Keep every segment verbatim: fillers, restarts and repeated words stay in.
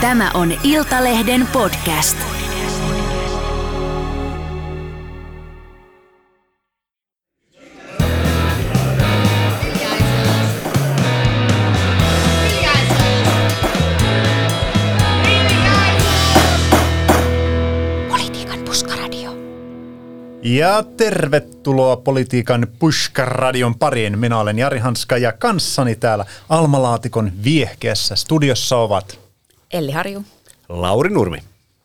Tämä on Iltalehden podcast. Politiikan puskaradio. Ja tervetuloa Politiikan Pushka-radion pariin. Minä olen Jari Hanska ja kanssani täällä Alma-laatikon viehkeässä studiossa ovat Elli Harju. Lauri Nurmi.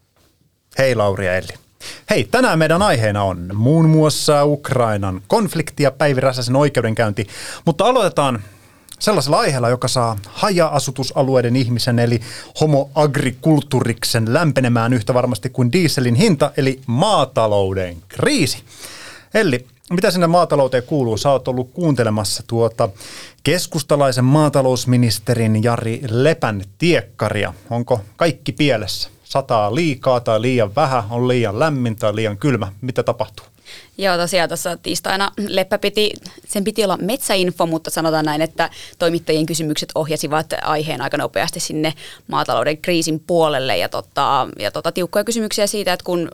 Hei Lauri ja Elli. Hei, tänään meidän aiheena on muun muassa Ukrainan konflikti ja Päivi Räsäsen oikeudenkäynti, mutta aloitetaan sellaisella aiheella, joka saa haja-asutusalueiden ihmisen eli homo agriculturiksen lämpenemään yhtä varmasti kuin dieselin hinta, eli maatalouden kriisi. Elli, mitä sinne maatalouteen kuuluu? Sä oot ollut kuuntelemassa tuota keskustalaisen maatalousministerin Jari Lepän tiekkaria. Onko kaikki pielessä? Sataa liikaa tai liian vähän, on liian lämmin tai liian kylmä. Mitä tapahtuu? Joo, tosiaan tuossa tiistaina Leppä piti, sen piti olla metsäinfo, mutta sanotaan näin, että toimittajien kysymykset ohjasivat aiheen aika nopeasti sinne maatalouden kriisin puolelle ja, tota, ja tota, tiukkoja kysymyksiä siitä, että kun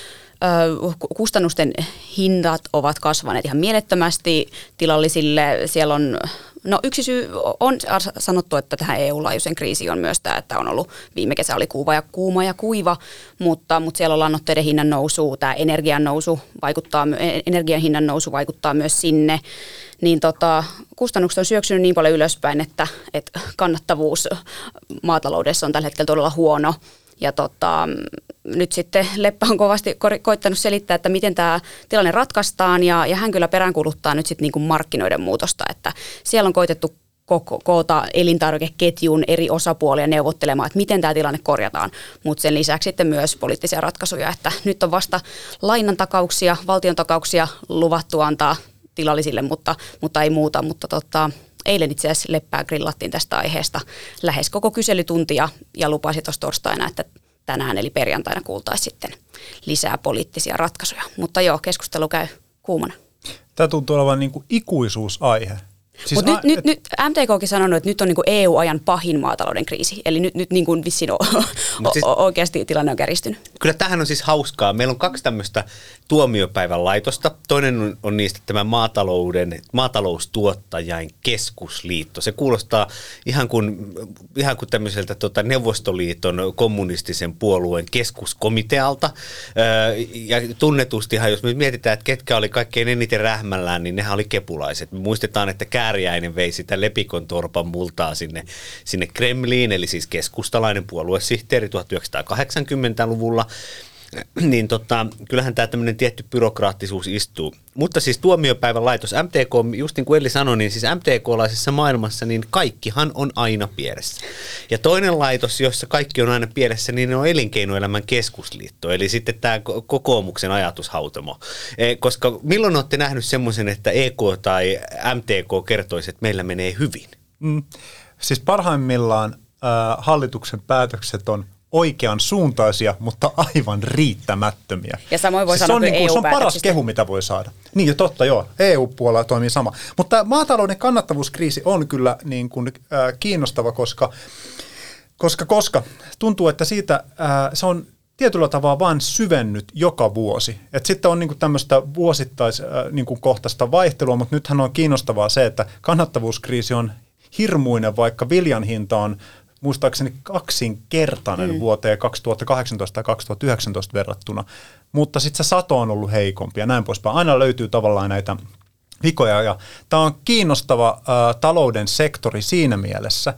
ö, kustannusten hinnat ovat kasvaneet ihan mielettömästi tilallisille, siellä on No yksi syy on sanottu, että tähän E U-laajuisen kriisiin on myös tämä, että on ollut viime kesä oli kuuma ja kuuma ja kuiva, mutta, mutta siellä on lannoitteiden hinnan nousu, tämä energian nousu vaikuttaa, energian hinnan nousu vaikuttaa myös sinne, niin tota, kustannukset on syöksynyt niin paljon ylöspäin, että, että kannattavuus maataloudessa on tällä hetkellä todella huono. Ja tota, nyt sitten Leppä on kovasti koittanut selittää, että miten tämä tilanne ratkaistaan ja, ja hän kyllä peräänkuuluttaa nyt sitten niin kuin markkinoiden muutosta, että siellä on koitettu koko, koota elintarvikeketjun eri osapuolia neuvottelemaan, että miten tämä tilanne korjataan, mutta sen lisäksi sitten myös poliittisia ratkaisuja, että nyt on vasta lainan takauksia, valtion takauksia luvattu antaa tilallisille, mutta, mutta ei muuta, mutta tota, eilen itse asiassa Leppää grillattiin tästä aiheesta lähes koko kyselytuntia ja lupasi tuossa torstaina, että tänään eli perjantaina kuultaisiin sitten lisää poliittisia ratkaisuja. Mutta joo, keskustelu käy kuumana. Tämä tuntuu olevan niin kuin ikuisuusaihe. Siis Mutta a- nyt, nyt, nyt M T K:kin sanonut, että nyt on niinku E U-ajan pahin maatalouden kriisi. Eli nyt, nyt niinku vissiin o, o, siis, oikeasti tilanne on kärjistynyt. Kyllä tämähän on siis hauskaa. Meillä on kaksi tämmöistä tuomiopäivän laitosta. Toinen on, on niistä tämä maatalouden, maataloustuottajain keskusliitto. Se kuulostaa ihan kuin, ihan kuin tämmöiseltä tota, Neuvostoliiton kommunistisen puolueen keskuskomitealta. Öö, ja tunnetustihan, jos me mietitään, että ketkä oli kaikkein eniten rähmällään, niin nehän oli kepulaiset. Me muistetaan, että Kääriäinen vei sitä Lepikon torpan multaa sinne, sinne Kremliin, eli siis keskustalainen puoluesihteeri tuhatyhdeksänsataakahdeksankymmentäluvulla, niin tota, kyllähän tämä tämmöinen tietty byrokraattisuus istuu. Mutta siis tuomiopäivän laitos, M T K, just niin kuin Elli sanoi, niin siis M T K-laisessa maailmassa, niin kaikkihan on aina pielessä. Ja toinen laitos, jossa kaikki on aina pielessä, niin on Elinkeinoelämän keskusliitto, eli sitten tämä kokoomuksen ajatushautomo. E, koska milloin olette nähnyt semmoisen, että E K tai M T K kertoisi, että meillä menee hyvin? Mm. Siis parhaimmillaan äh, hallituksen päätökset on oikean suuntaisia, mutta aivan riittämättömiä. Ja samoin voi siis sanoa, se on, niin kuin, se on paras E U-päätöksistä. kehu, mitä voi saada. Niin jo totta, joo. E U-puolella toimii sama. Mutta maatalouden kannattavuuskriisi on kyllä niin kuin, äh, kiinnostava, koska, koska, koska tuntuu, että siitä äh, se on tietyllä tavalla vain syvennyt joka vuosi. Et sitten on niin kuin tämmöistä vuosittais äh, niin kuin kohtaista vaihtelua, mutta nythän on kiinnostavaa se, että kannattavuuskriisi on hirmuinen, vaikka viljan hinta on muistaakseni kaksinkertainen mm. vuoteen kaksituhattakahdeksantoista ja kaksituhattayhdeksäntoista verrattuna, mutta sitten se sato on ollut heikompi ja näin poispäin. Aina löytyy tavallaan näitä vikoja ja tämä on kiinnostava ä, talouden sektori siinä mielessä,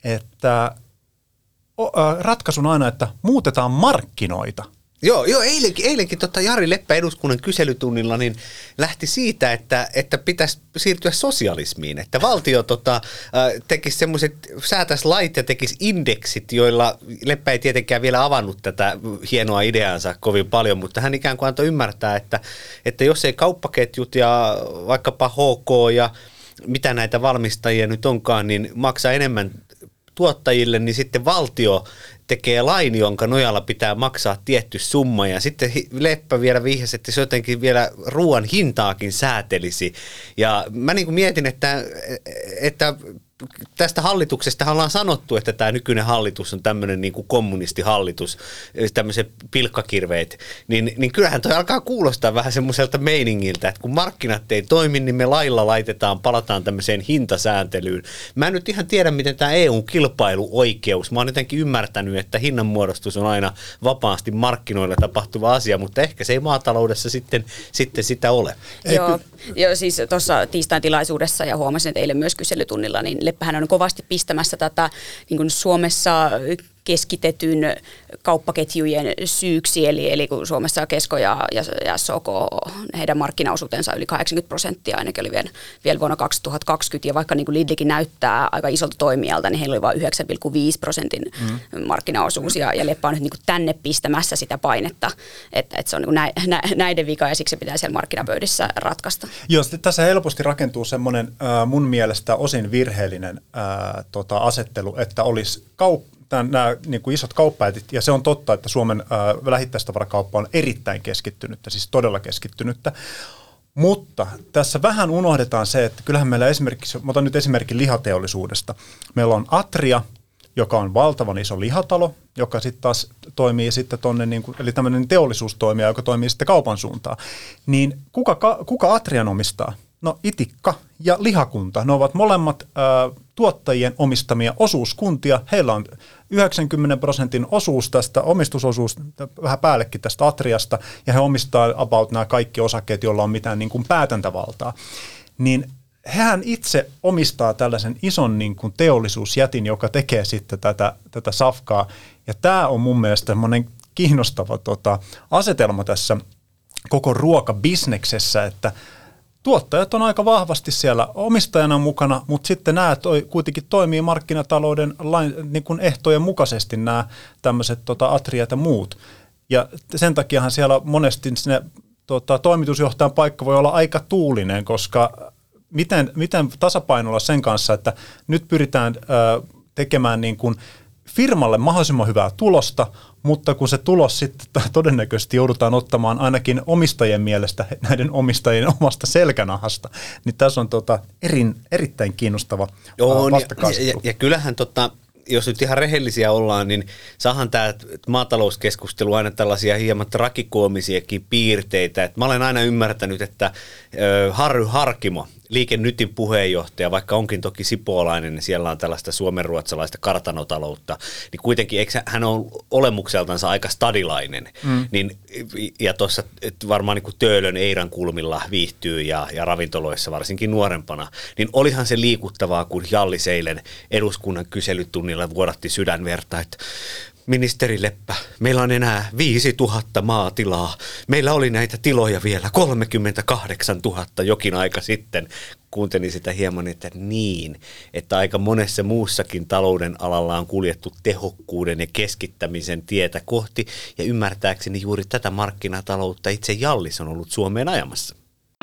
että o, ä, ratkaisun aina, että muutetaan markkinoita. Joo, joo eilenkin, eilenkin tota Jari Leppä eduskunnan kyselytunnilla niin lähti siitä, että, että pitäisi siirtyä sosialismiin, että valtio tota, tekisi semmoiset, säätäisi lait ja tekisi indeksit, joilla Leppä ei tietenkään vielä avannut tätä hienoa ideaansa kovin paljon, mutta hän ikään kuin antoi ymmärtää, että, että jos ei kauppaketjut ja vaikkapa H K ja mitä näitä valmistajia nyt onkaan, niin maksaa enemmän tuottajille, niin sitten valtio tekee lain, jonka nojalla pitää maksaa tietty summa, ja sitten Leppä vielä vihjasi, että se jotenkin vielä ruoan hintaakin säätelisi. Ja mä niin kuin mietin, että, että tästä hallituksesta ollaan sanottu, että tämä nykyinen hallitus on tämmöinen niin kuin kommunistihallitus, tämmöiset pilkkakirveet, niin, niin kyllähän toi alkaa kuulostaa vähän semmoiselta meiningiltä, että kun markkinat ei toimi, niin me lailla laitetaan, palataan tämmöiseen hintasääntelyyn. Mä en nyt ihan tiedä, miten tämä E U-kilpailuoikeus, mä oon jotenkin ymmärtänyt, että hinnanmuodostus on aina vapaasti markkinoilla tapahtuva asia, mutta ehkä se ei maataloudessa sitten, sitten sitä ole. Joo, joo, siis tuossa tiistain tilaisuudessa ja huomasin, että eilen myös kyselytunnilla, niin Leppähän on kovasti pistämässä tätä niin kuin Suomessa keskitetyn kauppaketjujen syyksi, eli, eli kun Suomessa Kesko ja, ja, ja S O K, heidän markkinaosuutensa yli kahdeksankymmentä prosenttia ainakin oli vielä, vielä vuonna kaksituhattakaksikymmentä, ja vaikka niin kuin Lidlkin näyttää aika isolta toimijalta, niin heillä oli vain yhdeksän pilkku viisi prosentin mm. markkinaosuus, ja, ja Leppä on nyt niin kuin tänne pistämässä sitä painetta, että, että se on niin kuin nä, nä, näiden vika, ja siksi se pitää siellä markkinapöydissä ratkaista. Joo, tässä helposti rakentuu semmoinen äh, mun mielestä osin virheellinen äh, tota, asettelu, että olisi kauppa, nämä niin kuin isot kauppajätit, ja se on totta, että Suomen ää, vähittäistavarakauppa on erittäin keskittynyttä, siis todella keskittynyttä, mutta tässä vähän unohdetaan se, että kyllähän meillä esimerkiksi, mä otan nyt esimerkin lihateollisuudesta, meillä on Atria, joka on valtavan iso lihatalo, joka sitten taas toimii sitten tonne, niin kuin, eli tämmöinen teollisuustoimija, joka toimii sitten kaupan suuntaan, niin kuka, kuka Atrian omistaa? No Itikka ja Lihakunta, ne ovat molemmat ää, tuottajien omistamia osuuskuntia. Heillä on yhdeksänkymmentä prosentin osuus tästä, omistusosuus vähän päällekin tästä Atriasta, ja he omistaa about nämä kaikki osakkeet, joilla on mitään niin kuin päätäntävaltaa. Niin hehän itse omistaa tällaisen ison niin kuin teollisuusjätin, joka tekee sitten tätä, tätä safkaa, ja tämä on mun mielestä semmoinen kiinnostava tota, asetelma tässä koko ruokabisneksessä, että tuottajat on aika vahvasti siellä omistajana mukana, mutta sitten nämä toi, kuitenkin toimii markkinatalouden lain, niin kuin ehtojen mukaisesti nämä tämmöiset tota, Atriat ja muut. Ja sen takiahan siellä monesti sinne, tota, toimitusjohtajan paikka voi olla aika tuulinen, koska miten, miten tasapainolla sen kanssa, että nyt pyritään ö, tekemään niin kuin firmalle mahdollisimman hyvää tulosta, mutta kun se tulos sitten todennäköisesti joudutaan ottamaan ainakin omistajien mielestä, näiden omistajien omasta selkänahasta, niin tässä on tota erin, erittäin kiinnostava vastakkainasettelu. Ja, ja, ja kyllähän tota, jos nyt ihan rehellisiä ollaan, niin saahan tämä maatalouskeskustelu aina tällaisia hieman trakikoomisiakin piirteitä. Et mä olen aina ymmärtänyt, että ö, Harry Harkimo, Liike Nytin puheenjohtaja, vaikka onkin toki sipoolainen, niin siellä on tällaista suomenruotsalaista kartanotaloutta, niin kuitenkin eikö hän on olemukseltansa aika stadilainen, mm. niin, ja tuossa varmaan niin kuin Töölön Eiran kulmilla viihtyy ja, ja ravintoloissa varsinkin nuorempana, niin olihan se liikuttavaa, kun Jallis eilen eduskunnan kyselytunnilla vuodatti sydänverta, että ministeri Leppä, meillä on enää viisituhatta maatilaa. Meillä oli näitä tiloja vielä kolmekymmentäkahdeksantuhatta jokin aika sitten. Kuuntelin sitä hieman, että niin, että aika monessa muussakin talouden alalla on kuljettu tehokkuuden ja keskittämisen tietä kohti. Ja ymmärtääkseni juuri tätä markkinataloutta itse Jallis on ollut Suomeen ajamassa.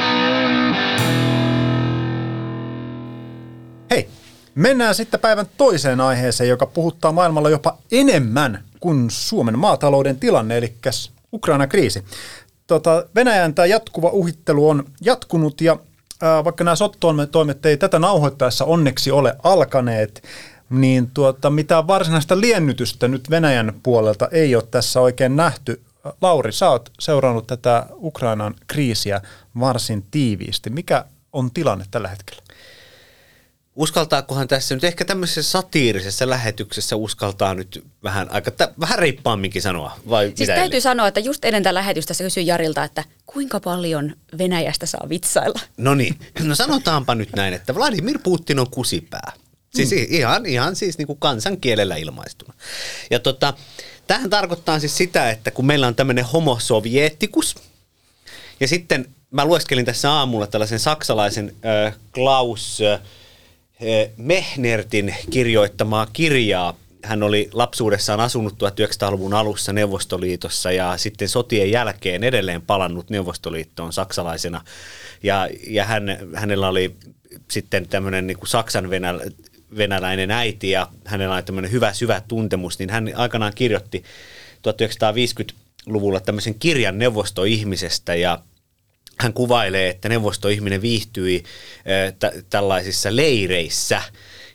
Hei! Mennään sitten päivän toiseen aiheeseen, joka puhuttaa maailmalla jopa enemmän kuin Suomen maatalouden tilanne, eli Ukraina-kriisi. Tota, Venäjän tämä jatkuva uhittelu on jatkunut, ja ää, vaikka nämä sottoimet ei tätä nauhoittaessa onneksi ole alkaneet, niin tuota, mitään varsinaista liennytystä nyt Venäjän puolelta ei ole tässä oikein nähty. Lauri, sä oot seurannut tätä Ukrainan kriisiä varsin tiiviisti. Mikä on tilanne tällä hetkellä? Uskaltaakohan tässä nyt ehkä tämmöisessä satiirisessa lähetyksessä uskaltaa nyt vähän aika, vähän reippaamminkin sanoa, vai siis mitä täytyy eli? sanoa, että just ennen tätä lähetystä se kysyi Jarilta, että kuinka paljon Venäjästä saa vitsailla? No niin, no sanotaanpa nyt näin, että Vladimir Putin on kusipää. Siis mm. ihan, ihan siis niin kuin kansankielellä ilmaistuna. Ja tota, tämähän tarkoittaa siis sitä, että kun meillä on tämmöinen homo sovieticus, ja sitten mä lueskelin tässä aamulla tällaisen saksalaisen äh, Klaus äh, Mehnertin kirjoittamaa kirjaa. Hän oli lapsuudessaan asunut tuhatyhdeksänsataaluvun alussa Neuvostoliitossa ja sitten sotien jälkeen edelleen palannut Neuvostoliittoon saksalaisena. Ja, ja hän, hänellä oli sitten tämmöinen niin kuin saksan venä, venäläinen äiti ja hänellä oli tämmöinen hyvä syvä tuntemus, niin hän aikanaan kirjoitti tuhatyhdeksänsataaviisikymmentäluvulla tämmöisen kirjan neuvostoihmisestä ja hän kuvailee, että neuvostoihminen viihtyi tä- tällaisissa leireissä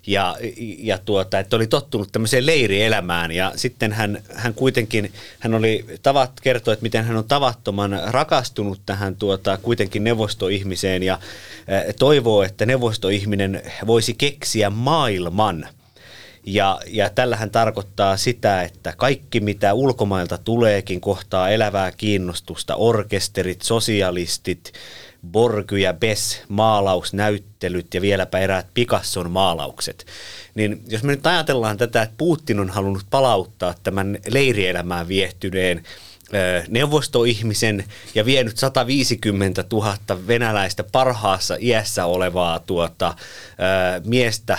ja, ja tuota, että oli tottunut tämmöiseen leirielämään ja sitten hän, hän kuitenkin, hän oli tavat, kertoi, että miten hän on tavattoman rakastunut tähän tuota, kuitenkin neuvostoihmiseen ja ä, toivoo, että neuvostoihminen voisi keksiä maailman. Ja, ja tällähän tarkoittaa sitä, että kaikki mitä ulkomailta tuleekin kohtaa elävää kiinnostusta, orkesterit, sosialistit, Borgy ja Bess maalausnäyttelyt ja vieläpä eräät Picasson maalaukset. Niin jos me nyt ajatellaan tätä, että Putin on halunnut palauttaa tämän leirielämään viehtyneen neuvostoihmisen ja vienyt sata viisikymmentätuhatta venäläistä parhaassa iässä olevaa tuota, ää, miestä,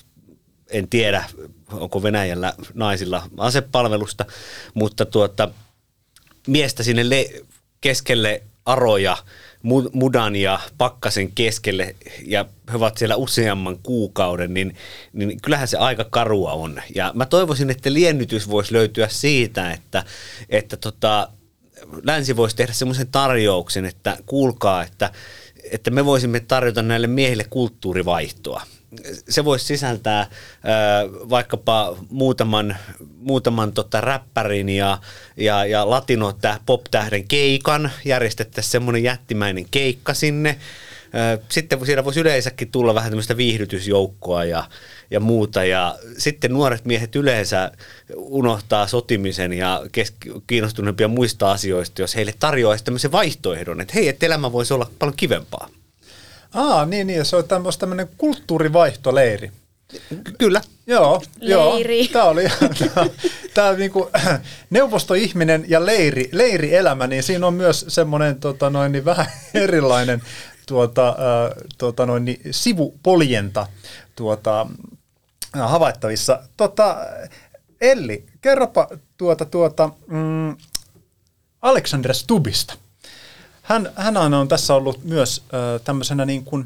en tiedä onko Venäjällä naisilla asepalvelusta, mutta tuota, miestä sinne le- keskelle aroja, mudan ja pakkasen keskelle ja he ovat siellä useamman kuukauden, niin, niin kyllähän se aika karua on. Ja mä toivoisin, että liennytys voisi löytyä siitä, että, että tota, länsi voisi tehdä semmoisen tarjouksen, että kuulkaa, että, että me voisimme tarjota näille miehille kulttuurivaihtoa. Se voisi sisältää äh, vaikkapa muutaman, muutaman tota räppärin ja, ja, ja latino pop-tähden keikan, järjestettäisiin semmoinen jättimäinen keikka sinne. Äh, sitten siellä voisi yleensäkin tulla vähän tämmöistä viihdytysjoukkoa ja, ja muuta. Ja sitten nuoret miehet yleensä unohtaa sotimisen ja kesk- kiinnostuneempia muista asioista, jos heille tarjoaisi tämmöisen vaihtoehdon, että hei, että elämä voisi olla paljon kivempaa. Aa, niin, niin, se on tämmöinen kulttuurivaihtoleiri. Kyllä. Joo, leiri. Joo. Tämä oli tämä niinku, neuvostoihminen ja leiri, leirielämä, niin siinä on myös semmoinen tota, noin, niin vähän erilainen tuota, äh, tuota, noin, niin, sivupoljenta tuota, äh, havaittavissa. Tota, Elli, kerropa tuota, tuota, mm, Alexander Stubbista. Hän, hän on tässä ollut myös äh, tämmöisenä niin kuin,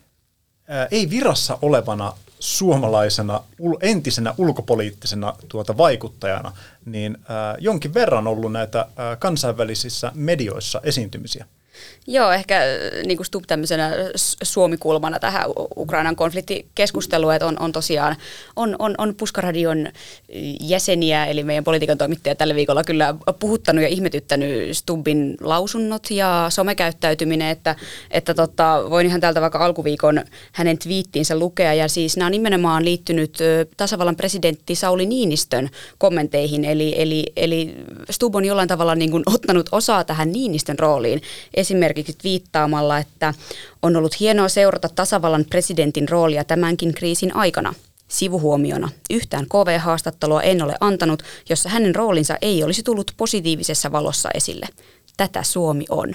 äh, ei virassa olevana suomalaisena ul, entisenä ulkopoliittisena tuota vaikuttajana, niin äh, jonkin verran ollut näitä äh, kansainvälisissä medioissa esiintymisiä. Joo, ehkä niin kuin Stubb tämmöisenä Suomi-kulmana tähän Ukrainan konfliktikeskusteluun, että on, on tosiaan on, on, on Puskaradion jäseniä, eli meidän politiikan toimittajat tällä viikolla kyllä puhuttanut ja ihmetyttänyt Stubbin lausunnot ja somekäyttäytyminen, että, että tota, voin ihan täältä vaikka alkuviikon hänen twiittiinsä lukea, ja siis nämä on nimenomaan liittynyt tasavallan presidentti Sauli Niinistön kommenteihin, eli, eli, eli Stubb on jollain tavalla niin kuin ottanut osaa tähän Niinistön rooliin, esimerkiksi viittaamalla, että on ollut hienoa seurata tasavallan presidentin roolia tämänkin kriisin aikana. Sivuhuomiona, yhtään K V-haastattelua en ole antanut, jossa hänen roolinsa ei olisi tullut positiivisessa valossa esille. Tätä Suomi on.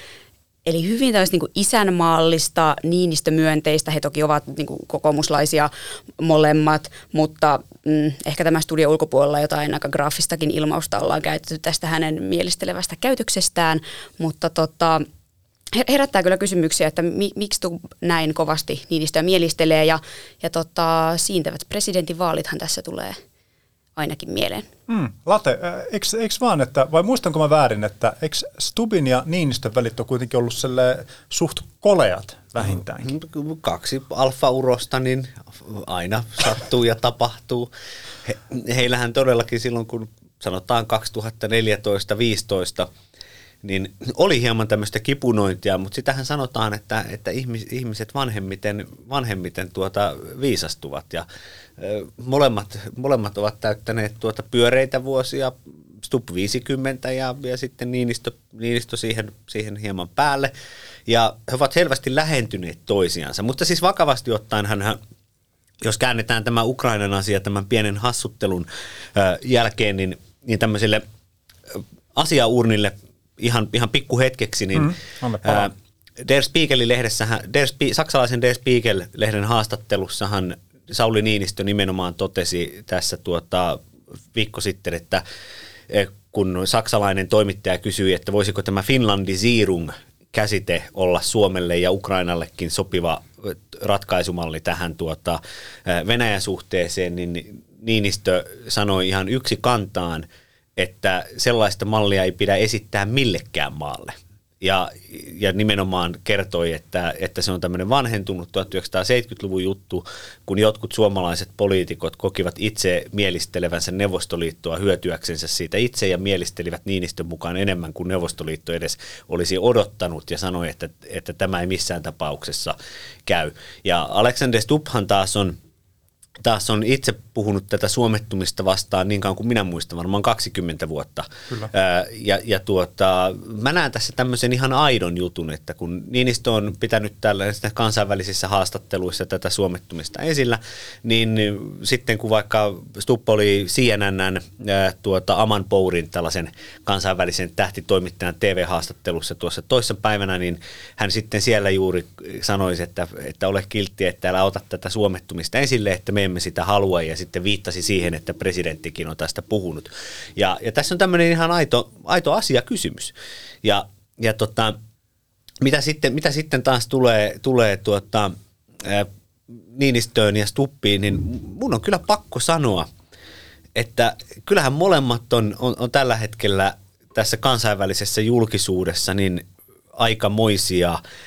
Eli hyvin tämmöistä niin kuin isänmaallista, Niinistö-myönteistä, he toki ovat niin kuin kokoomuslaisia molemmat, mutta mm, ehkä tämän studion ulkopuolella jotain aika graafistakin ilmausta ollaan käytetty tästä hänen mielistelevästä käytöksestään, mutta tota, herättää kyllä kysymyksiä, että mi, miksi näin kovasti Niinistöä mielistelee, ja, ja tota, siintävät presidentinvaalithan tässä tulee ainakin mieleen. Mm, Late, eikö, eikö vaan, että, vai muistanko mä väärin, että eikö Stubbin ja Niinistön välit on kuitenkin ollut suht koleat vähintäänkin? Kaksi alfa-urosta, niin aina sattuu ja tapahtuu. He, heillähän todellakin silloin, kun sanotaan kaksituhattaneljätoista viisitoista, niin oli hieman tämmöistä kipunointia, mutta sitähän sanotaan, että, että ihmiset vanhemmiten, vanhemmiten tuota viisastuvat, ja ö, molemmat, molemmat ovat täyttäneet tuota pyöreitä vuosia, Stubb viisikymmentä ja, ja sitten Niinistö, Niinistö siihen, siihen hieman päälle, ja he ovat selvästi lähentyneet toisiansa, mutta siis vakavasti ottaen hän, jos käännetään tämä Ukrainan asia tämän pienen hassuttelun ö, jälkeen, niin, niin tämmöiselle asiaurnille ihan, ihan pikkuhetkeksi, niin mm, ää, Der Spiegel-lehdessähän, Der Spie- saksalaisen Der Spiegel-lehden haastattelussahan Sauli Niinistö nimenomaan totesi tässä tuota, viikko sitten, että kun saksalainen toimittaja kysyi, että voisiko tämä Finlandisierung-käsite olla Suomelle ja Ukrainallekin sopiva ratkaisumalli tähän tuota, Venäjä-suhteeseen, niin Niinistö sanoi ihan yksi kantaan, että sellaista mallia ei pidä esittää millekään maalle. Ja, ja nimenomaan kertoi, että, että se on tämmöinen vanhentunut tuhatyhdeksänsataaseitsemänkymmentäluvun juttu, kun jotkut suomalaiset poliitikot kokivat itse mielistelevänsä Neuvostoliittoa hyötyäksensä siitä itse ja mielistelivät Niinistön mukaan enemmän kuin Neuvostoliitto edes olisi odottanut ja sanoi, että, että tämä ei missään tapauksessa käy. Ja Alexander Stubbhan taas on Taas on itse puhunut tätä suomettumista vastaan niin kauan kuin minä muistan, varmaan kaksikymmentä vuotta. Ää, ja, ja tuota, mä näen tässä tämmöisen ihan aidon jutun, että kun Niinistö on pitänyt tällaisissa kansainvälisissä haastatteluissa tätä suomettumista esillä, niin sitten kun vaikka Stubb oli C N N:n ää, tuota, Aman Pourin tällaisen kansainvälisen tähtitoimittajan T V-haastattelussa tuossa toissa päivänä, niin hän sitten siellä juuri sanoisi, että, että ole kiltti, että älä ota tätä suomettumista esille, että me emme sitä halua, ja sitten viittasi siihen, että presidenttikin on tästä puhunut. Ja, ja tässä on tämmöinen ihan aito, aito asiakysymys. Ja, ja tota, mitä, sitten, mitä sitten taas tulee, tulee tuota, ää, Niinistöön ja Stubbiin, niin mun on kyllä pakko sanoa, että kyllähän molemmat on, on, on tällä hetkellä tässä kansainvälisessä julkisuudessa niin aikamoisia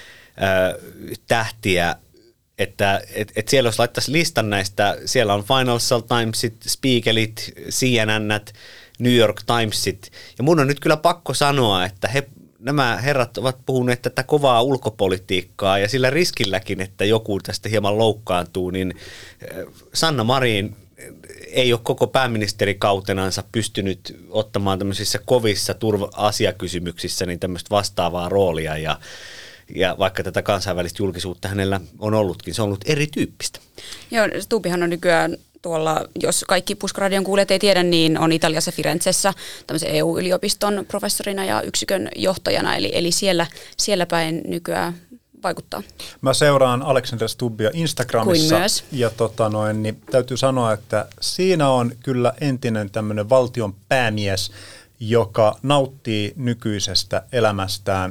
ää, tähtiä, että et, et siellä jos laittaisi listan näistä, siellä on Financial Timesit, Spiegelit, C N N, New York Timesit, ja mun on nyt kyllä pakko sanoa, että he, nämä herrat ovat puhuneet tätä kovaa ulkopolitiikkaa, ja sillä riskilläkin, että joku tästä hieman loukkaantuu, niin Sanna Marin ei ole koko pääministerikautenansa pystynyt ottamaan tämmöisissä kovissa turva-asiakysymyksissä niin tämmöistä vastaavaa roolia, ja Ja vaikka tätä kansainvälistä julkisuutta hänellä on ollutkin, se on ollut erityyppistä. Joo, Stubbihan on nykyään tuolla, jos kaikki Puskaradion kuulijat ei tiedä, niin on Italiassa Firenzessä tämmöisen E U-yliopiston professorina ja yksikön johtajana, eli, eli siellä, siellä päin nykyään vaikuttaa. Mä seuraan Alexander Stubbia Instagramissa. Kuin myös. Ja tota noin, niin täytyy sanoa, että siinä on kyllä entinen tämmöinen valtion päämies, joka nauttii nykyisestä elämästään.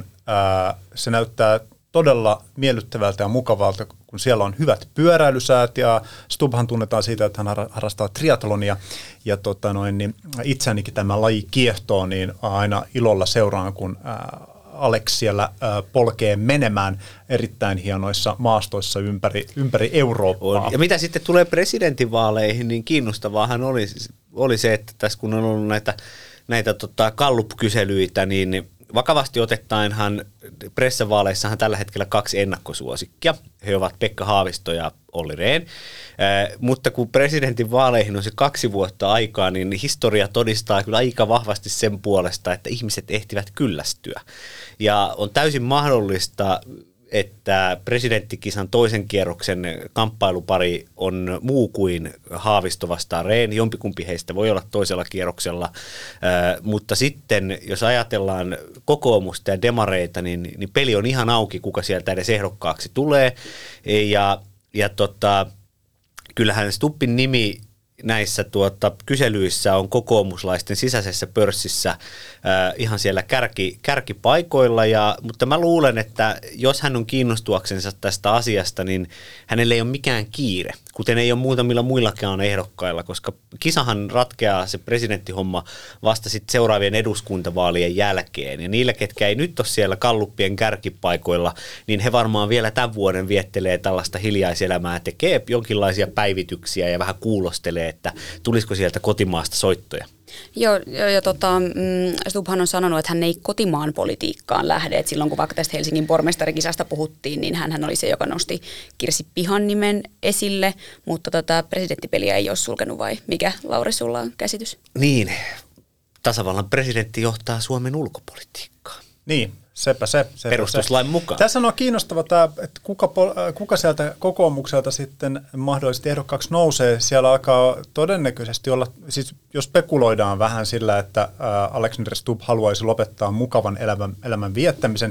Se näyttää todella miellyttävältä ja mukavalta, kun siellä on hyvät pyöräilysäät, ja Stubbhan tunnetaan siitä, että hän harrastaa triathlonia, ja tota noin, niin itseänikin tämä laji kiehtoo, niin aina ilolla seuraan, kun Alex siellä polkee menemään erittäin hienoissa maastoissa ympäri, ympäri Eurooppaa. Ja mitä sitten tulee presidentinvaaleihin, niin kiinnostavaahan oli, oli se, että tässä kun on ollut näitä, näitä tota Gallup-kyselyitä, niin vakavasti otettaenhan pressavaaleissahan tällä hetkellä kaksi ennakkosuosikkia. He ovat Pekka Haavisto ja Olli Rehn. Äh, mutta kun presidentin vaaleihin on se kaksi vuotta aikaa, niin historia todistaa kyllä aika vahvasti sen puolesta, että ihmiset ehtivät kyllästyä. Ja on täysin mahdollista, että presidenttikisan toisen kierroksen kamppailupari on muu kuin Haavisto vastaan Rehn. Jompikumpi heistä voi olla toisella kierroksella, äh, mutta sitten jos ajatellaan kokoomusta ja demareita, niin, niin peli on ihan auki, kuka sieltä edes ehdokkaaksi tulee. Ja, ja tota, kyllähän Stubbin nimi näissä tuota, kyselyissä on kokoomuslaisten sisäisessä pörssissä äh, ihan siellä kärki, kärkipaikoilla, ja, mutta mä luulen, että jos hän on kiinnostuaksensa tästä asiasta, niin hänellä ei ole mikään kiire, kuten ei ole muutamilla muillakaan ehdokkailla, koska kisahan ratkeaa se presidenttihomma vasta sitten seuraavien eduskuntavaalien jälkeen, ja niillä, ketkä ei nyt ole siellä Galluppien kärkipaikoilla, niin he varmaan vielä tämän vuoden viettelee tällaista hiljaiselämää, tekee jonkinlaisia päivityksiä ja vähän kuulostelee, että tulisiko sieltä kotimaasta soittoja. Joo, ja, ja tota, mm, Stubbhan on sanonut, että hän ei kotimaan politiikkaan lähde. Et silloin kun vaikka tästä Helsingin pormestarikisasta puhuttiin, niin hän oli se, joka nosti Kirsi Pihan nimen esille, mutta tätä presidenttipeliä ei ole sulkenut, vai mikä, Lauri, sulla on käsitys? Niin, tasavallan presidentti johtaa Suomen ulkopolitiikkaa. Niin. Sepä se. Sepä perustuslain se. mukaan. Tässä on kiinnostava tämä, että kuka, kuka sieltä kokoomukselta sitten mahdollisesti ehdokkaaksi nousee. Siellä alkaa todennäköisesti olla, siis jos spekuloidaan vähän sillä, että Alexander Stubb haluaisi lopettaa mukavan elämän, elämän viettämisen,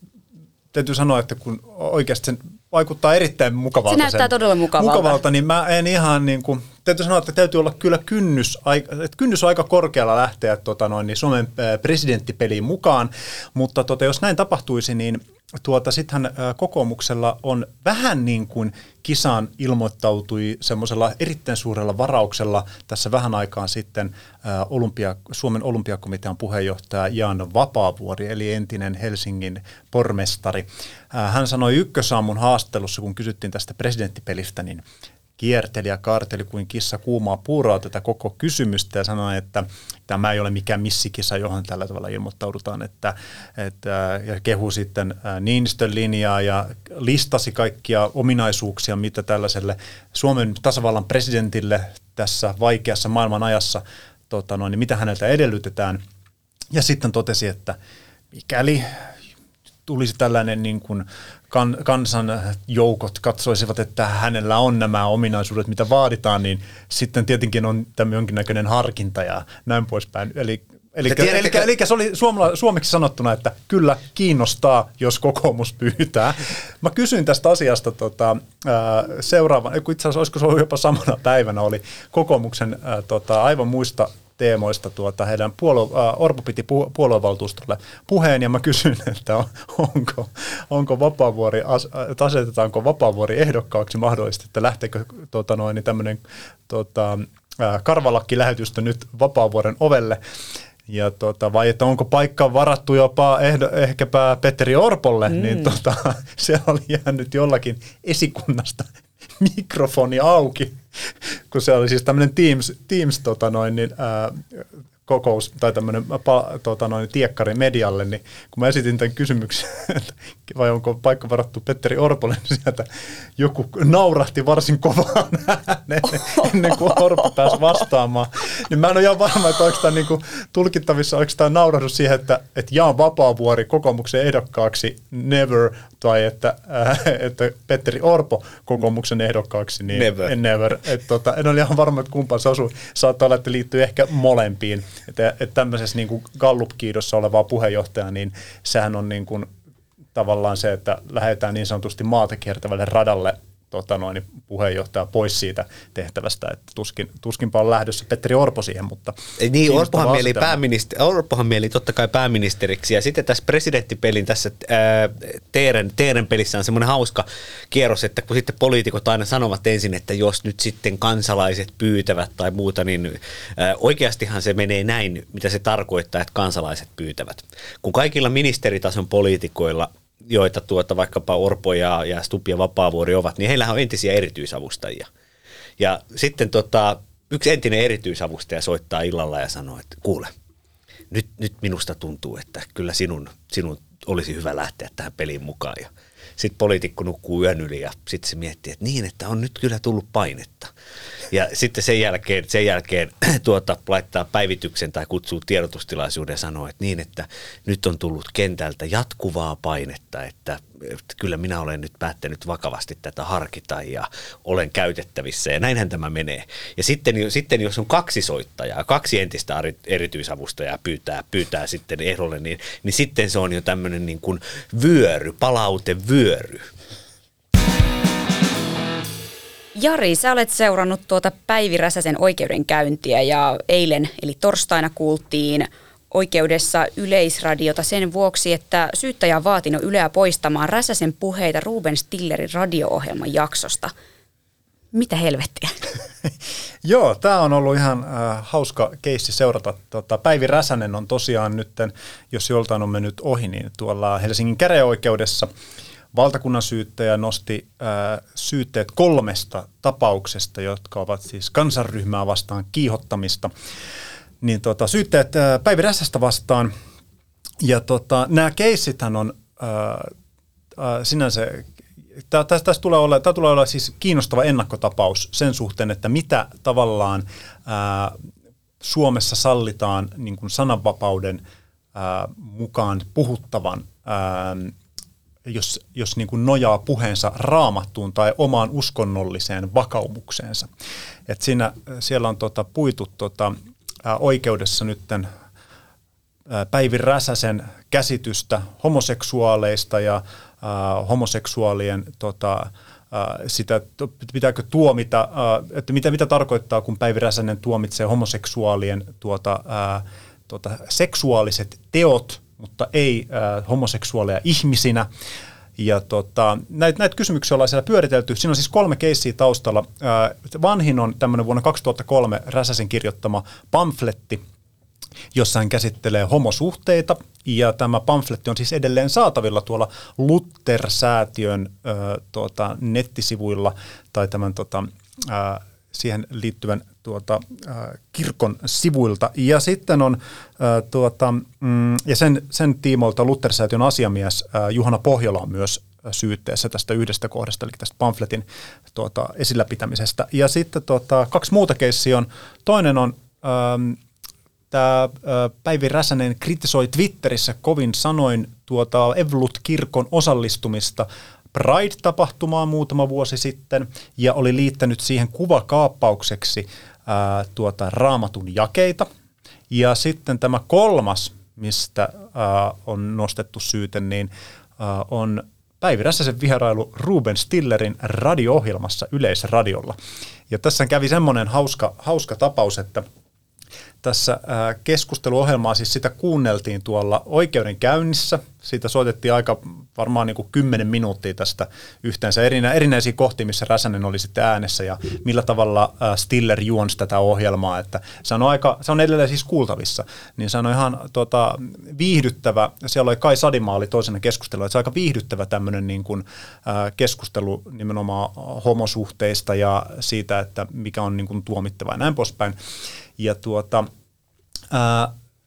täytyy sanoa, että kun oikeasti sen vaikuttaa erittäin mukavalta. Se näyttää todella mukavalta. Mukavalta, niin mä en ihan niin kuin, täytyy sanoa, että täytyy olla kyllä kynnys, että kynnys on aika korkealla lähteä tota noin, niin Suomen presidenttipeliin mukaan, mutta tota, jos näin tapahtuisi, niin tuota, sittenhän kokoomuksella on vähän niin kuin kisaan ilmoittautui semmoisella erittäin suurella varauksella tässä vähän aikaan sitten olympia, Suomen olympiakomitean puheenjohtaja Jan Vapaavuori, eli entinen Helsingin pormestari. Hän sanoi Ykkösaamun haastattelussa, kun kysyttiin tästä presidenttipelistä, niin kierteli ja kaarteli kuin kissa kuumaa puuroa tätä koko kysymystä ja sanoi, että tämä ei ole mikään missikisa, johon tällä tavalla ilmoittaudutaan, että, että ja kehu sitten Niinistön linjaa ja listasi kaikkia ominaisuuksia, mitä tällaiselle Suomen tasavallan presidentille tässä vaikeassa maailman ajassa, tota noin, niin mitä häneltä edellytetään. Ja sitten totesi, että mikäli tulisi tällainen niin kuin kan, kansanjoukot katsoisivat, että hänellä on nämä ominaisuudet, mitä vaaditaan, niin sitten tietenkin on tämä jonkinnäköinen harkinta ja näin poispäin. Eli, eli, eli, eli se oli suomala, suomeksi sanottuna, että kyllä kiinnostaa, jos kokoomus pyytää. Mä kysyin tästä asiasta tota, seuraavan, itse asiassa olisiko se ollut jopa samana päivänä, oli kokoomuksen ää, tota, aivan muista teemoista tuota, heidän puolue, äh, Orpo piti pu, puoluevaltuustolle puheen ja mä kysyin, että on, onko, onko Vapaavuori, as, äh, asetetaanko Vapaavuori ehdokkaaksi mahdollisesti, että lähteekö tota, noin, niin tämmöinen tota, äh, karvalakkilähetystö nyt Vapaavuoren ovelle. Ja tota, vai että onko paikka varattu jopa ehdo, ehkäpä Petteri Orpolle, mm. niin tota, se oli jäänyt jollakin esikunnasta mikrofoni auki, kun se oli siis tämmöinen Teams, Teams tota noin, niin, ää, kokous tai tämmöinen tota noin, tiekkari medialle, niin kun mä esitin tämän kysymyksen, että vai onko paikka varattu Petteri Orpolle, niin sieltä joku naurahti varsin kovaan ääneen ennen kuin Orpo pääsi vastaamaan. Niin mä en ole ihan varma, että onko tämä niinku tulkittavissa, onko tämä naurahdus siihen, että, että Jan Vapaavuori kokoomuksen ehdokkaaksi never, tai että, äh, että Petteri Orpo kokoomuksen ehdokkaaksi, niin never. never. Et, tota, en ole ihan varma, että kumpaan se osuu. Saattaa olla, että liittyy ehkä molempiin. Että, että tämmöisessä niin kuin Gallup-kiidossa olevaa puheenjohtajaa, niin sehän on niin kuin tavallaan se, että lähdetään niin sanotusti maata kiertävälle radalle tota noin, puheenjohtaja pois siitä tehtävästä, että tuskin, tuskinpa on lähdössä Petteri Orpo siihen, mutta... Niin, Orpohan mieli, pääministeri, Orpohan mieli totta kai pääministeriksi, ja sitten tässä presidenttipelin tässä ää, Teeren, Teeren pelissä on semmoinen hauska kierros, että kun sitten poliitikot aina sanovat ensin, että jos nyt sitten kansalaiset pyytävät tai muuta, niin ää, oikeastihan se menee näin, mitä se tarkoittaa, että kansalaiset pyytävät. Kun kaikilla ministeritason poliitikoilla, joita tuota vaikkapa Orpo ja, ja Stubb ja Vapaavuori ovat, niin heillähän on entisiä erityisavustajia. Ja sitten tota, yksi entinen erityisavustaja soittaa illalla ja sanoo, että kuule, nyt, nyt minusta tuntuu, että kyllä sinun, sinun olisi hyvä lähteä tähän peliin mukaan. Ja sitten poliitikko nukkuu yön yli ja sitten se miettii, että niin, että on nyt kyllä tullut painetta. Ja sitten sen jälkeen, sen jälkeen tuota, laittaa päivityksen tai kutsuu tiedotustilaisuuden ja sanoo, että niin, että nyt on tullut kentältä jatkuvaa painetta, että, että kyllä minä olen nyt päättänyt vakavasti tätä harkita ja olen käytettävissä ja näinhän tämä menee. Ja sitten, sitten jos on kaksi soittajaa, kaksi entistä erityisavustajaa pyytää, pyytää sitten ehdolle, niin, niin sitten se on jo tämmöinen niin kuin vyöry, palautevyöry. Jari, sä olet seurannut tuota Päivi Räsäsen oikeudenkäyntiä ja eilen eli torstaina kuultiin oikeudessa Yleisradiota sen vuoksi, että syyttäjä on vaatinut Yleä poistamaan Räsäsen puheita Ruben Stillerin radio-ohjelman jaksosta. Mitä helvettiä? Joo, tämä on ollut ihan äh, hauska keissi seurata. Tota, Päivi Räsänen on tosiaan nyt, jos joltain on mennyt ohi, niin tuolla Helsingin käräjäoikeudessa valtakunnan syyttäjä nosti äh, syytteet kolmesta tapauksesta, jotka ovat siis kansanryhmää vastaan kiihottamista. Niin tota, syytteet äh, Päivi Räsästä vastaan. Ja tota, nämä keissithän on äh, äh, sinänsä, tästä täs tulee olla, tämä tulee olla siis kiinnostava ennakkotapaus sen suhteen, että mitä tavallaan äh, Suomessa sallitaan niin kuin sananvapauden äh, mukaan puhuttavan, äh, jos, jos niin kuin nojaa puheensa Raamattuun tai omaan uskonnolliseen vakaumukseensa. Et siinä, siellä on tota, puitu tota, ää, oikeudessa nytten ää, Päivi Räsäsen käsitystä homoseksuaaleista ja ää, homoseksuaalien tota, ää, sitä, pitääkö tuomita, ää, että mitä, mitä tarkoittaa, kun Päivi Räsänen tuomitsee homoseksuaalien tuota, ää, tuota, seksuaaliset teot mutta ei äh, homoseksuaaleja ihmisinä. Ja tota, näitä, näitä kysymyksiä ollaan siellä pyöritelty. Siinä on siis kolme keissiä taustalla. Äh, vanhin on tämmöinen vuonna kaksituhattakolme Räsäsen kirjoittama pamfletti, jossa hän käsittelee homosuhteita. Ja tämä pamfletti on siis edelleen saatavilla tuolla Luther-säätiön äh, tuota, nettisivuilla tai tämän tota, äh, siihen liittyvän tuota, äh, kirkon sivuilta. Ja sitten on äh, tuota, mm, ja sen, sen tiimoilta Luther-säätiön asiamies äh, Juhana Pohjola on myös syytteessä tästä yhdestä kohdasta, eli tästä pamfletin tuota, esillä pitämisestä. Ja sitten tuota, kaksi muuta keissiä on. Toinen on ähm, tämä äh, Päivi Räsänen kritisoi Twitterissä kovin sanoin tuota Evolut-kirkon osallistumista Pride-tapahtumaan muutama vuosi sitten ja oli liittänyt siihen kuvakaappaukseksi ää, tuota, Raamatun jakeita. Ja sitten tämä kolmas, mistä ää, on nostettu syyte, niin ää, on Päivi Räsäsen vierailu Ruben Stillerin radio-ohjelmassa Yleisradiolla. Ja tässä kävi semmoinen hauska, hauska tapaus, että tässä keskusteluohjelmaa, siis sitä kuunneltiin tuolla oikeudenkäynnissä. Siitä soitettiin aika varmaan niin kuin kymmenen minuuttia tästä yhteensä erinä, erinäisiä kohtia, missä Räsänen oli sitten äänessä ja millä tavalla Stiller juonsi tätä ohjelmaa. Että se, on aika, se on edelleen siis kuultavissa. Niin se on ihan tota, viihdyttävä, siellä oli Kai Sadimaa oli toisena keskustelua, että se on aika viihdyttävä tämmöinen niin kuin, äh, keskustelu nimenomaan homosuhteista ja siitä, että mikä on niin kuin tuomittavaa ja näin poispäin. Ja tuota, ää,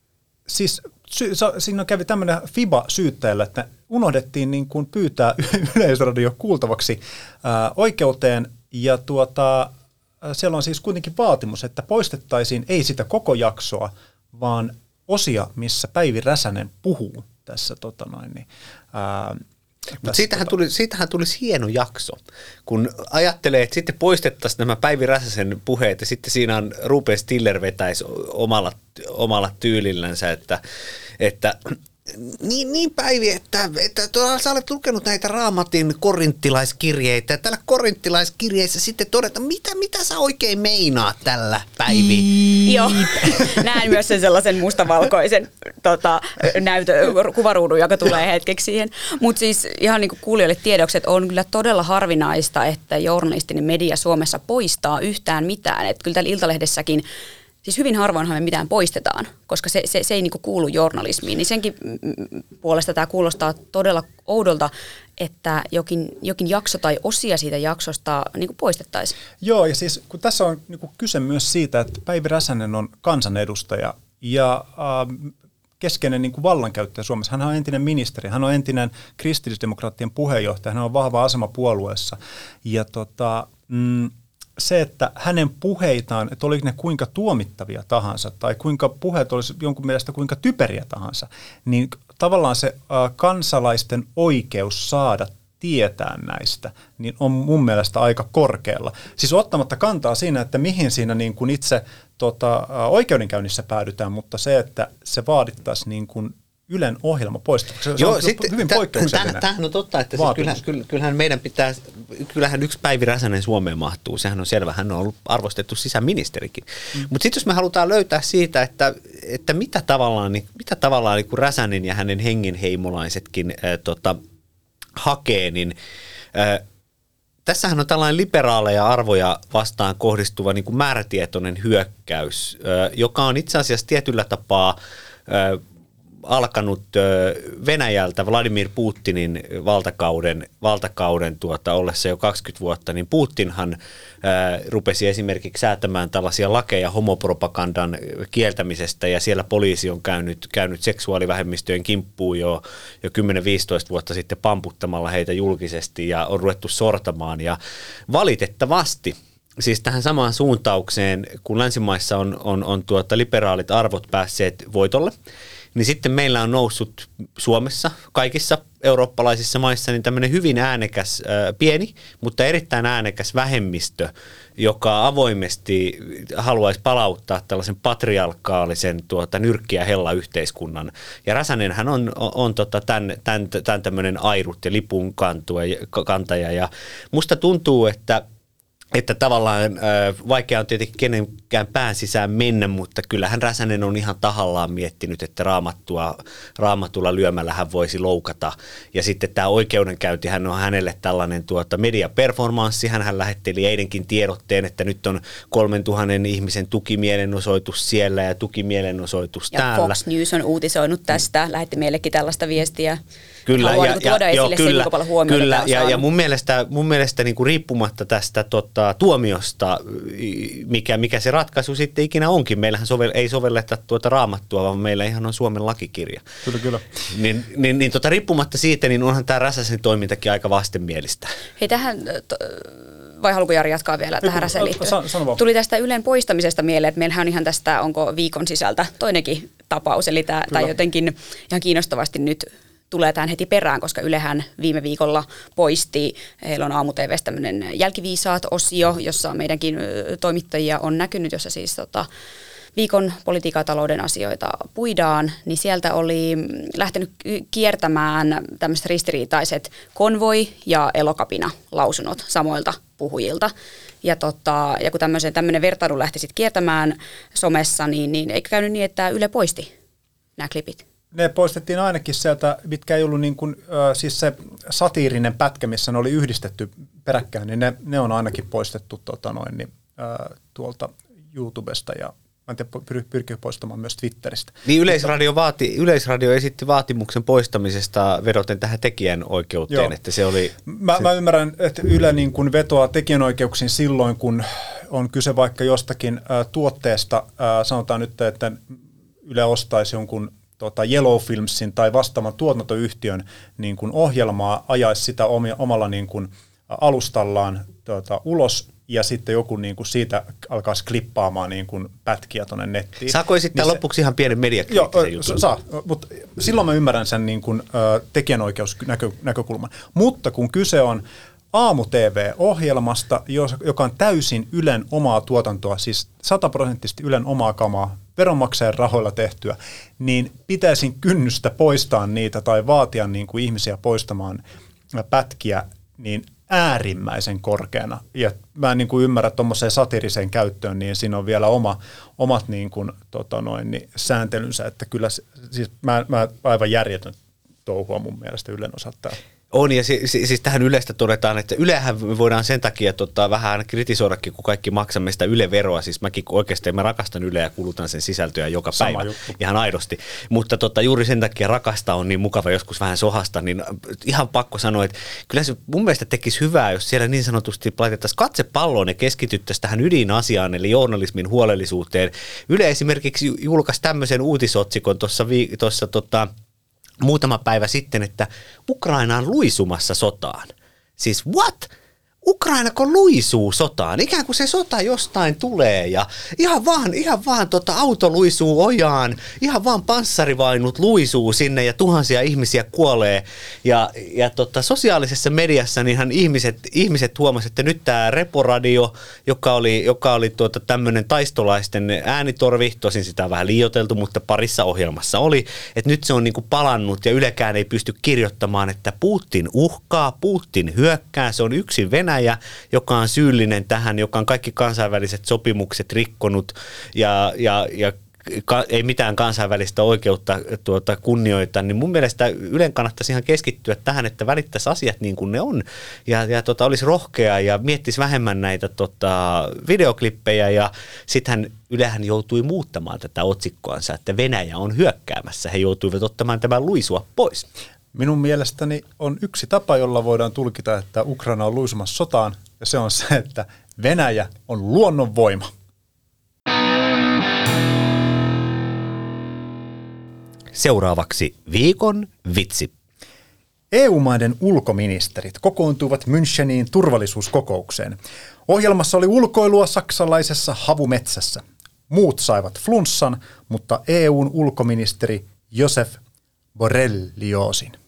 siis sy, so, siinä kävi tämmöinen fiba syyttäjällä, että unohdettiin niin kuin pyytää Yleisradio kuultavaksi ää, oikeuteen ja tuota, siellä on siis kuitenkin vaatimus, että poistettaisiin ei sitä koko jaksoa, vaan osia, missä Päivi Räsänen puhuu tässä tota noin, niin, ää, Mutta siitähän, tuli, siitähän tulisi hieno jakso, kun ajattelee, että sitten poistettaisiin nämä Päivi Räsäsen puheet ja sitten siinä on Ruben Stiller vetäisi omalla, omalla tyylillänsä, että, että niin, niin Päivi, että, että tuolla sä olet lukenut näitä Raamatin korinttilaiskirjeitä ja tällä korinttilaiskirjeissä sitten todeta, mitä, mitä sä oikein meinaat tällä Päivi? Joo, näen myös sen sellaisen mustavalkoisen tota, näytö, kuvaruudun, joka tulee hetkeksi siihen. Mutta siis ihan niin kuin kuulijoille tiedoksi, että on kyllä todella harvinaista, että journalistinen media Suomessa poistaa yhtään mitään. Että kyllä täällä Iltalehdessäkin siis hyvin harvoinhan me mitään poistetaan, koska se, se, se ei niinku kuulu journalismiin. Niin senkin puolesta tämä kuulostaa todella oudolta, että jokin, jokin jakso tai osia siitä jaksosta niinku poistettaisiin. Joo, ja siis kun tässä on niinku kyse myös siitä, että Päivi Räsänen on kansanedustaja ja äh, keskeinen niinku vallankäyttäjä Suomessa. Hän on entinen ministeri, hän on entinen kristillisdemokraattien puheenjohtaja, hän on vahva asema puolueessa. Ja tota... Mm, se, että hänen puheitaan, että oliko ne kuinka tuomittavia tahansa tai kuinka puheet olisi jonkun mielestä kuinka typeriä tahansa, niin tavallaan se äh, kansalaisten oikeus saada tietää näistä, niin on mun mielestä aika korkealla. Siis ottamatta kantaa siinä, että mihin siinä niin kuin itse tota, äh, oikeudenkäynnissä päädytään, mutta se, että se vaadittaisi niin kuin Ylen ohjelma poistuu. Se Joo, on sitten, hyvin poikkeuksellinen. Tämähän on totta, että siis kyllähän, kyllähän meidän pitää, kyllähän yksi Päivi Räsänen Suomeen mahtuu, sehän on selvä, hän on ollut arvostettu sisäministerikin. Mm. Mutta sitten jos me halutaan löytää siitä, että, että mitä tavallaan, niin, mitä tavallaan niin kuin Räsänen ja hänen hengenheimolaisetkin ää, tota, hakee, niin ää, tässähän on tällainen liberaaleja arvoja vastaan kohdistuva niin kuin määrätietoinen hyökkäys, ää, joka on itse asiassa tietyllä tapaa ää, alkanut Venäjältä Vladimir Putinin valtakauden, valtakauden tuota, ollessa jo kaksikymmentä vuotta, niin Putinhan ää, rupesi esimerkiksi säätämään tällaisia lakeja homopropagandan kieltämisestä, ja siellä poliisi on käynyt, käynyt seksuaalivähemmistöjen kimppuun jo, jo kymmenen viisitoista vuotta sitten pamputtamalla heitä julkisesti, ja on ruvettu sortamaan, ja valitettavasti siis tähän samaan suuntaukseen, kun länsimaissa on, on, on tuota liberaalit arvot päässeet voitolle, niin sitten meillä on noussut Suomessa, kaikissa eurooppalaisissa maissa, niin tämmöinen hyvin äänekäs, ää, pieni, mutta erittäin äänekäs vähemmistö, joka avoimesti haluaisi palauttaa tällaisen patriarkaalisen tuota, nyrkki- ja hella-yhteiskunnan. Ja Räsänenhän on, on, on tota, tämän, tämän, tämän tämmöinen airut ja lipun kantaja, ja musta tuntuu, että että tavallaan äh, vaikea on tietenkin kenenkään pään sisään mennä, mutta kyllähän Räsänen on ihan tahallaan miettinyt, että raamattua, raamatulla lyömällä hän voisi loukata. Ja sitten tämä oikeudenkäynti, hän on hänelle tällainen tuota mediaperformanssi. Hän lähetteli eilenkin tiedotteen, että nyt on kolmen tuhannen ihmisen tukimielenosoitus siellä ja tukimielenosoitus ja täällä. Fox News on uutisoinut tästä, lähetti meillekin tällaista viestiä. Kyllä, Haluan ja, niin tuoda ja, esille joo, sen, kyllä, kuinka paljon huomiota kyllä, ja, on ja mun mielestä, mun mielestä niin kuin riippumatta tästä tota, tuomiosta, mikä, mikä se ratkaisu sitten ikinä onkin, meillähän sovel, ei sovelleta tuota raamattua, vaan meillä ihan on Suomen lakikirja. Kyllä, kyllä. Niin, niin, niin tota, riippumatta siitä, niin onhan tämä Räsäsen toimintakin aika vastenmielistä. Hei tähän, to, vai haluatko Jari jatkaa vielä tähän Räsään liittyen? San, sano Tuli tästä Ylen poistamisesta mieleen, että meillähän on ihan tästä, onko viikon sisältä toinenkin tapaus, eli tämä, tai jotenkin ihan kiinnostavasti nyt tulee tähän heti perään, koska Ylehän viime viikolla poisti, heillä on aamu-T V:stä tämmöinen jälkiviisaat-osio, jossa meidänkin toimittajia on näkynyt, jossa siis tota, viikon politiikan ja talouden asioita puidaan, niin sieltä oli lähtenyt kiertämään tämmöiset ristiriitaiset konvoi- ja elokapina-lausunnot samoilta puhujilta. Ja, tota, ja kun tämmöinen vertailu lähti sitten kiertämään somessa, niin, niin eikö käynyt niin, että Yle poisti nämä klipit? Ne poistettiin ainakin sieltä, mitkä ei ollut niin kuin, äh, siis se satiirinen pätkä, missä ne oli yhdistetty peräkkäin, niin ne, ne on ainakin poistettu tota noin, niin, äh, tuolta YouTubesta ja mä en tiedä, pyr- pyrkii poistamaan myös Twitteristä. Niin Yleisradio, vaati, Yleisradio esitti vaatimuksen poistamisesta vedoten tähän tekijänoikeuteen, Joo. että se oli... Mä, se... mä ymmärrän, että Yle niin kuin vetoaa tekijänoikeuksiin silloin, kun on kyse vaikka jostakin äh, tuotteesta, äh, sanotaan nyt, että Yle ostaisi jonkun Tota Yellow Filmsin tai vastaavan tuotantoyhtiön niin kuin ohjelmaa, ajaisi sitä omalla niin kuin alustallaan tota, ulos ja sitten joku niin kuin siitä alkaisi klippaamaan niin kuin pätkiä tuonne nettiin. Saako esittää niin lopuksi se, ihan pienen mediakriittisen jutun? Saa, mutta silloin mä ymmärrän sen niin kuin, ö, tekijänoikeusnäkökulman. Mutta kun kyse on aamu-T V-ohjelmasta, joka on täysin Ylen omaa tuotantoa, siis sataprosenttisesti Ylen omaa kamaa, veronmaksajan rahoilla tehtyä, niin pitäisin kynnystä poistaa niitä tai vaatia niin kuin ihmisiä poistamaan pätkiä niin äärimmäisen korkeana. Ja mä en niin kuin ymmärrä tuommoiseen satiiriseen käyttöön, niin siinä on vielä oma, omat niin kuin, tota noin, niin sääntelynsä, että kyllä siis mä, mä aivan järjetön touhua mun mielestä Ylen osalta. On, ja si- si- siis tähän Ylestä todetaan, että Ylehän me voidaan sen takia tota, vähän kritisoidakin, kun kaikki maksamme sitä Yle-veroa. Siis mäkin oikeasti mä rakastan Yleä ja kulutan sen sisältöä joka Sama päivä, juttu. Ihan aidosti. Mutta tota, juuri sen takia rakasta on niin mukava joskus vähän sohasta, niin ihan pakko sanoa, että kyllä se mun mielestä tekisi hyvää, jos siellä niin sanotusti laitettaisiin katse palloon ja keskityttäisiin tähän ydinasiaan, eli journalismin huolellisuuteen. Yle esimerkiksi julkaisi tämmöisen uutisotsikon tuossa vi- tota, muutama päivä sitten, että Ukraina on luisumassa sotaan. Siis what? Ukrainako luisuu sotaan? Ikään kuin se sota jostain tulee ja ihan vaan, ihan vaan tota auto luisuu ojaan, ihan vaan panssarivainut luisuu sinne ja tuhansia ihmisiä kuolee. Ja, ja tota, sosiaalisessa mediassa niinhän ihmiset, ihmiset huomasivat, että nyt tämä Reporadio, joka oli, joka oli tuota tämmöinen taistolaisten äänitorvi, tosin sitä on vähän liioiteltu, mutta parissa ohjelmassa oli, että nyt se on niinku palannut ja Ylekään ei pysty kirjoittamaan, että Putin uhkaa, Putin hyökkää, se on yksin Venäjä. Joka on syyllinen tähän, joka on kaikki kansainväliset sopimukset rikkonut ja, ja, ja ka, ei mitään kansainvälistä oikeutta tuota, kunnioita, niin mun mielestä Ylen kannattaisi ihan keskittyä tähän, että välittäisi asiat niin kuin ne on ja, ja tota, olisi rohkea ja miettisi vähemmän näitä tota, videoklippejä ja sittenhän Ylehän joutui muuttamaan tätä otsikkoansa, että Venäjä on hyökkäämässä. He joutuivat ottamaan tämän luisua pois. Minun mielestäni on yksi tapa, jolla voidaan tulkita, että Ukraina on luisumassa sotaan, ja se on se, että Venäjä on luonnonvoima. Seuraavaksi viikon vitsi. E U-maiden ulkoministerit kokoontuivat Müncheniin turvallisuuskokoukseen. Ohjelmassa oli ulkoilua saksalaisessa havumetsässä. Muut saivat flunssan, mutta E U:n ulkoministeri Josef Borrell liosin.